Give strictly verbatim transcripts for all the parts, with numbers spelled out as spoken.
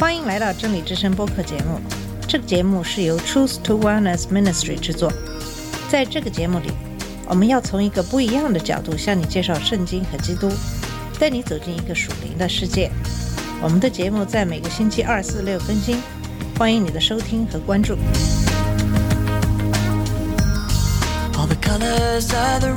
欢迎来到真理之声播客节目。这个节目是由 Truth to Wellness Ministry 制作。在这个节目里，我们要从一个不一样的角度向你介绍圣经和基督，带你走进一个属灵的世界。我们的节目在每个星期二、四、六更新，欢迎你的收听和关注。All the colors of the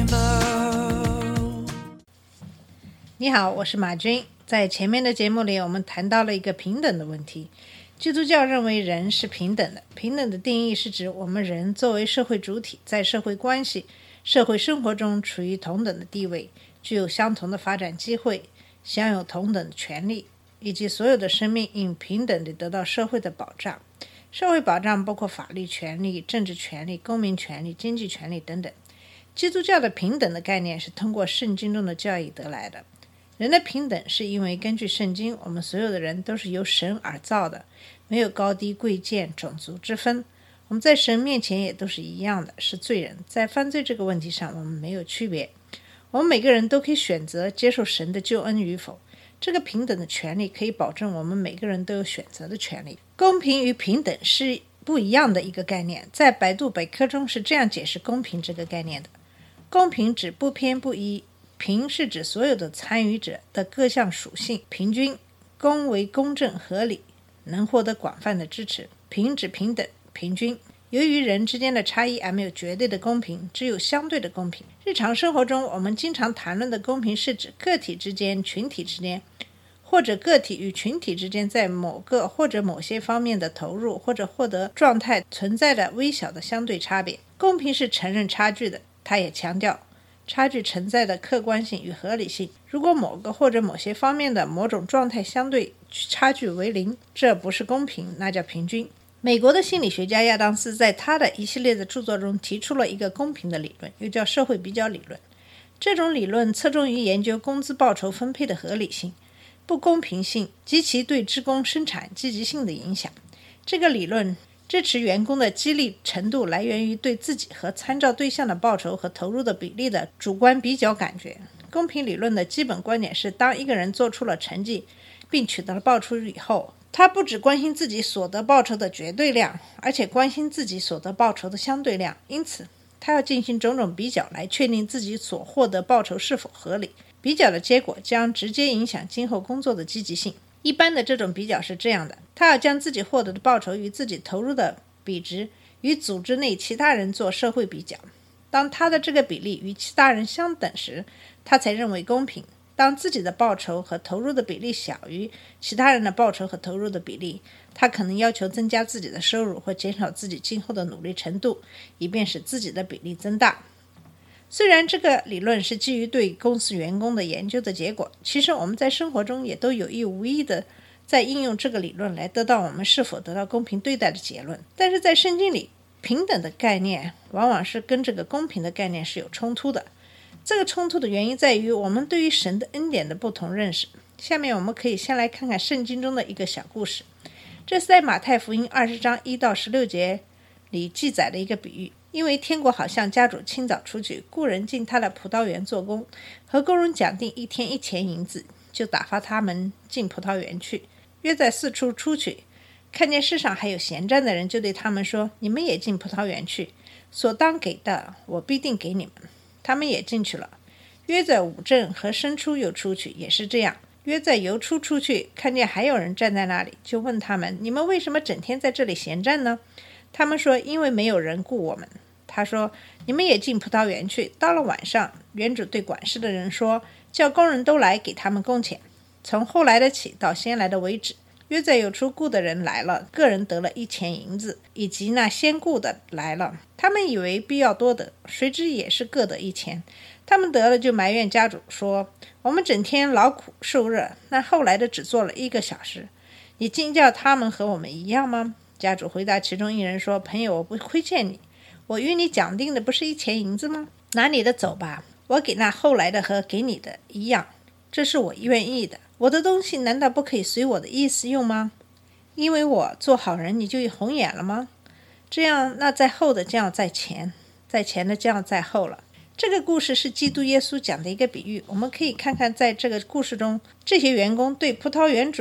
rainbow。 你好，我是马军。在前面的节目里，我们谈到了一个平等的问题。基督教认为人是平等的，平等的定义是指我们人作为社会主体，在社会关系、社会生活中处于同等的地位，具有相同的发展机会，享有同等的权利，以及所有的生命应平等地得到社会的保障。社会保障包括法律权利、政治权利、公民权利、经济权利等等。基督教的平等的概念是通过圣经中的教义得来的。人的平等是因为根据圣经，我们所有的人都是由神而造的，没有高低贵贱种族之分。我们在神面前也都是一样的，是罪人。在犯罪这个问题上，我们没有区别。我们每个人都可以选择接受神的救恩与否。这个平等的权利可以保证我们每个人都有选择的权利。公平与平等是不一样的一个概念，在百度百科中是这样解释公平这个概念的：公平指不偏不倚，平是指所有的参与者的各项属性平均，公为公正合理，能获得广泛的支持。平指平等平均。由于人之间的差异而没有绝对的公平，只有相对的公平。日常生活中我们经常谈论的公平是指个体之间、群体之间，或者个体与群体之间在某个或者某些方面的投入或者获得状态存在的微小的相对差别。公平是承认差距的，它也强调差距存在的客观性与合理性。如果某个或者某些方面的某种状态相对差距为零，这不是公平，那叫平均。美国的心理学家亚当斯在他的一系列的著作中提出了一个公平的理论，又叫社会比较理论。这种理论侧重于研究工资报酬分配的合理性、不公平性及其对职工生产积极性的影响。这个理论支持员工的激励程度来源于对自己和参照对象的报酬和投入的比例的主观比较感觉。公平理论的基本观点是，当一个人做出了成绩并取得了报酬以后，他不只关心自己所得报酬的绝对量，而且关心自己所得报酬的相对量。因此他要进行种种比较来确定自己所获得报酬是否合理。比较的结果将直接影响今后工作的积极性。一般的这种比较是这样的：他要将自己获得的报酬与自己投入的比值与组织内其他人做社会比较。当他的这个比例与其他人相等时，他才认为公平。当自己的报酬和投入的比例小于其他人的报酬和投入的比例，他可能要求增加自己的收入或减少自己今后的努力程度，以便使自己的比例增大。虽然这个理论是基于对公司员工的研究的结果，其实我们在生活中也都有意无意的在应用这个理论来得到我们是否得到公平对待的结论。但是在圣经里，平等的概念往往是跟这个公平的概念是有冲突的。这个冲突的原因在于我们对于神的恩典的不同认识。下面我们可以先来看看圣经中的一个小故事。这是在马太福音二十章一到十六节里记载的一个比喻。因为天国好像家主清早出去，雇人进他的葡萄园做工，和工人讲定一天一钱银子，就打发他们进葡萄园去。约在四处出去，看见世上还有闲站的人，就对他们说：你们也进葡萄园去，所当给的我必定给你们。他们也进去了。约在午正和申初又出去，也是这样。约在酉初出去，看见还有人站在那里，就问他们：你们为什么整天在这里闲站呢？他们说：因为没有人雇我们。他说：你们也进葡萄园去。到了晚上，园主对管事的人说：叫工人都来，给他们工钱，从后来的起到先来的为止。约在酉初雇的人来了，个人得了一钱银子，以及那先雇的来了，他们以为必要多得，谁知也是各得一钱。他们得了就埋怨家主说：我们整天劳苦受热，那后来的只做了一个小时，你竟叫他们和我们一样吗？家主回答其中一人说：朋友，我不亏欠你，我与你讲定的不是一钱银子吗？拿你的走吧，我给那后来的和给你的一样，这是我愿意的。我的东西难道不可以随我的意思用吗？因为我做好人，你就红眼了吗？这样，那在后的将要在前，在前的将要在后了。这个故事是基督耶稣讲的一个比喻。我们可以看看在这个故事中，这些员工对葡萄园主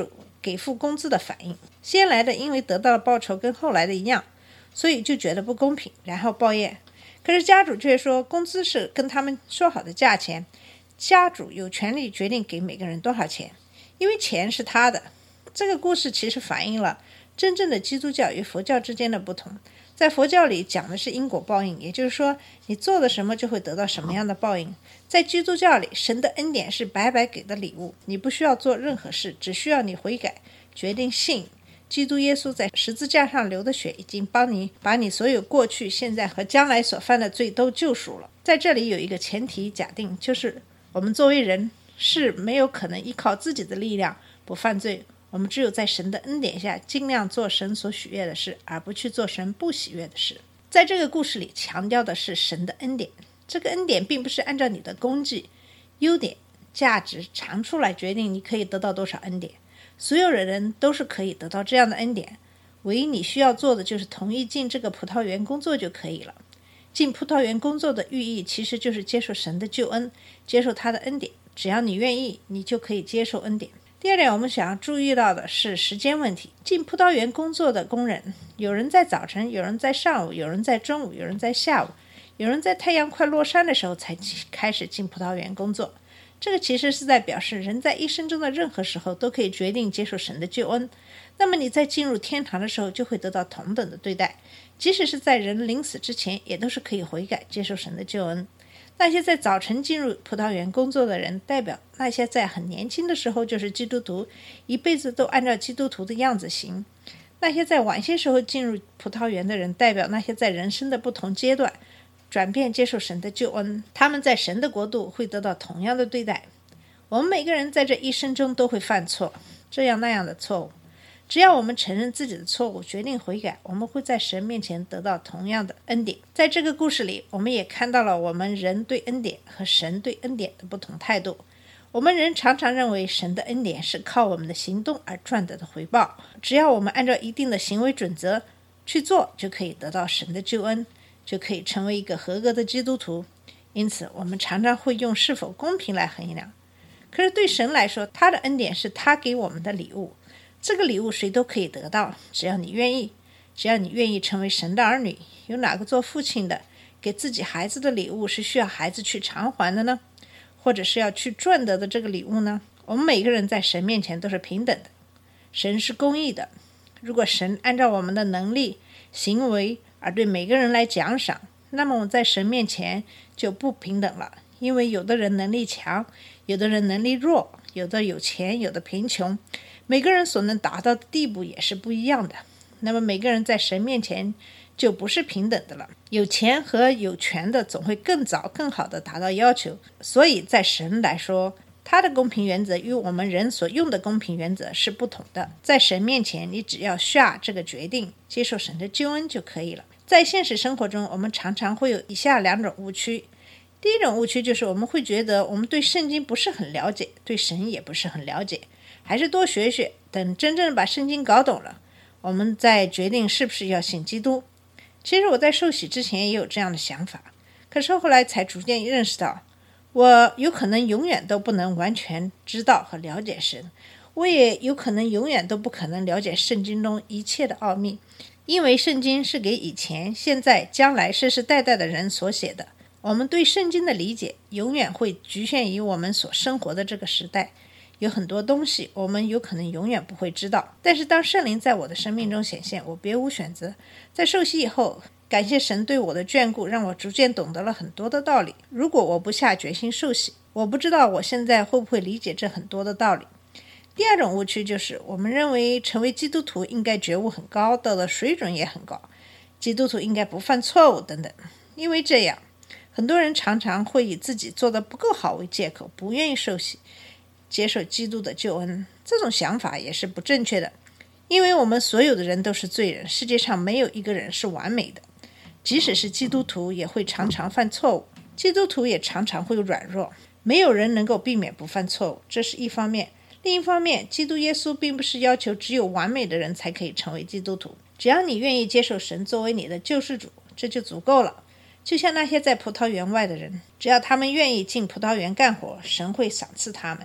给付工资的反应。先来的因为得到了报酬跟后来的一样，所以就觉得不公平，然后抱怨。可是家主却说工资是跟他们说好的价钱，家主有权利决定给每个人多少钱，因为钱是他的。这个故事其实反映了真正的基督教与佛教之间的不同。在佛教里讲的是因果报应，也就是说你做的什么就会得到什么样的报应。在基督教里，神的恩典是白白给的礼物，你不需要做任何事，只需要你悔改，决定信基督耶稣在十字架上流的血已经帮你把你所有过去、现在和将来所犯的罪都救赎了。在这里有一个前提假定，就是我们作为人是没有可能依靠自己的力量不犯罪，我们只有在神的恩典下尽量做神所喜悦的事，而不去做神不喜悦的事。在这个故事里强调的是神的恩典，这个恩典并不是按照你的功绩、优点、价值、长处来决定你可以得到多少恩典。所有人都是可以得到这样的恩典，唯一你需要做的就是同意进这个葡萄园工作就可以了。进葡萄园工作的寓意其实就是接受神的救恩，接受他的恩典，只要你愿意，你就可以接受恩典。第二点，我们想要注意到的是时间问题。进葡萄园工作的工人，有人在早晨，有人在上午，有人在中午，有人在下午，有人在太阳快落山的时候才开始进葡萄园工作。这个其实是在表示人在一生中的任何时候都可以决定接受神的救恩，那么你在进入天堂的时候就会得到同等的对待，即使是在人临死之前也都是可以悔改接受神的救恩。那些在早晨进入葡萄园工作的人，代表那些在很年轻的时候就是基督徒，一辈子都按照基督徒的样子行。那些在晚些时候进入葡萄园的人，代表那些在人生的不同阶段转变接受神的救恩，他们在神的国度会得到同样的对待。我们每个人在这一生中都会犯错，这样那样的错误，只要我们承认自己的错误，决定悔改，我们会在神面前得到同样的恩典。在这个故事里，我们也看到了我们人对恩典和神对恩典的不同态度。我们人常常认为神的恩典是靠我们的行动而赚得的回报，只要我们按照一定的行为准则去做，就可以得到神的救恩，就可以成为一个合格的基督徒。因此我们常常会用是否公平来衡量。可是对神来说，他的恩典是他给我们的礼物，这个礼物谁都可以得到，只要你愿意，只要你愿意成为神的儿女。有哪个做父亲的给自己孩子的礼物是需要孩子去偿还的呢？或者是要去赚得的这个礼物呢？我们每个人在神面前都是平等的，神是公义的。如果神按照我们的能力、行为而对每个人来奖赏，那么我们在神面前就不平等了。因为有的人能力强，有的人能力弱，有的有钱，有的贫穷，每个人所能达到的地步也是不一样的。那么每个人在神面前就不是平等的了。有钱和有权的总会更早更好的达到要求，所以在神来说，他的公平原则与我们人所用的公平原则是不同的。在神面前，你只要下这个决定，接受神的救恩就可以了。在现实生活中，我们常常会有以下两种误区。第一种误区就是我们会觉得我们对圣经不是很了解，对神也不是很了解，还是多学学，等真正把圣经搞懂了，我们再决定是不是要信基督。其实我在受洗之前也有这样的想法，可是后来才逐渐认识到，我有可能永远都不能完全知道和了解神，我也有可能永远都不可能了解圣经中一切的奥秘，因为圣经是给以前、现在、将来世世代代的人所写的。我们对圣经的理解永远会局限于我们所生活的这个时代，有很多东西我们有可能永远不会知道。但是当圣灵在我的生命中显现，我别无选择。在受洗以后，感谢神对我的眷顾，让我逐渐懂得了很多的道理。如果我不下决心受洗，我不知道我现在会不会理解这很多的道理。第二种误区就是我们认为成为基督徒应该觉悟很高，道德水准也很高，基督徒应该不犯错误等等。因为这样，很多人常常会以自己做得不够好为借口，不愿意受洗，接受基督的救恩。这种想法也是不正确的，因为我们所有的人都是罪人，世界上没有一个人是完美的，即使是基督徒也会常常犯错误，基督徒也常常会软弱，没有人能够避免不犯错误，这是一方面。另一方面，基督耶稣并不是要求只有完美的人才可以成为基督徒，只要你愿意接受神作为你的救世主，这就足够了。就像那些在葡萄园外的人，只要他们愿意进葡萄园干活，神会赏赐他们。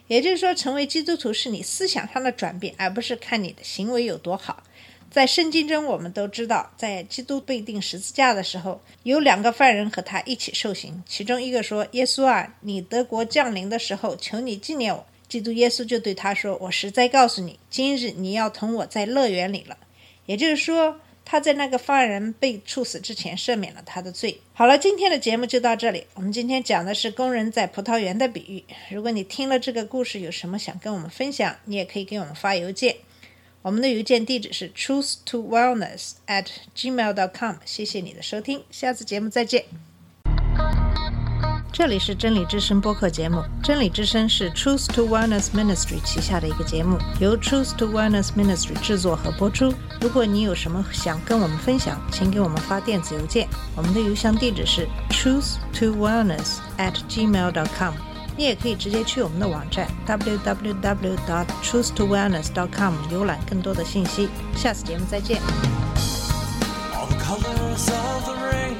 也就是说，成为基督徒是你思想上的转变，而不是看你的行为有多好。在圣经中我们都知道，在基督被钉十字架的时候，有两个犯人和他一起受刑，其中一个说，耶稣啊，你得国降临的时候，求你纪念我。基督耶稣就对他说，我实在告诉你，今日你要同我在乐园里了。也就是说，他在那个犯人被处死之前赦免了他的罪。好了，今天的节目就到这里。我们今天讲的是工人在葡萄园的比喻。如果你听了这个故事有什么想跟我们分享，你也可以给我们发邮件。我们的邮件地址是 truth to wellness at gmail dot com。 谢谢你的收听，下次节目再见。这里是真理之声播客节目，真理之声是 Truth to Wellness Ministry 旗下的一个节目，由 Truth to Wellness Ministry 制作和播出。如果你有什么想跟我们分享，请给我们发电子邮件，我们的邮箱地址是 truth to wellness at gmail dot com。 你也可以直接去我们的网站 double-u double-u double-u dot truth to wellness dot com 浏览更多的信息。下次节目再见。All the colors of the rain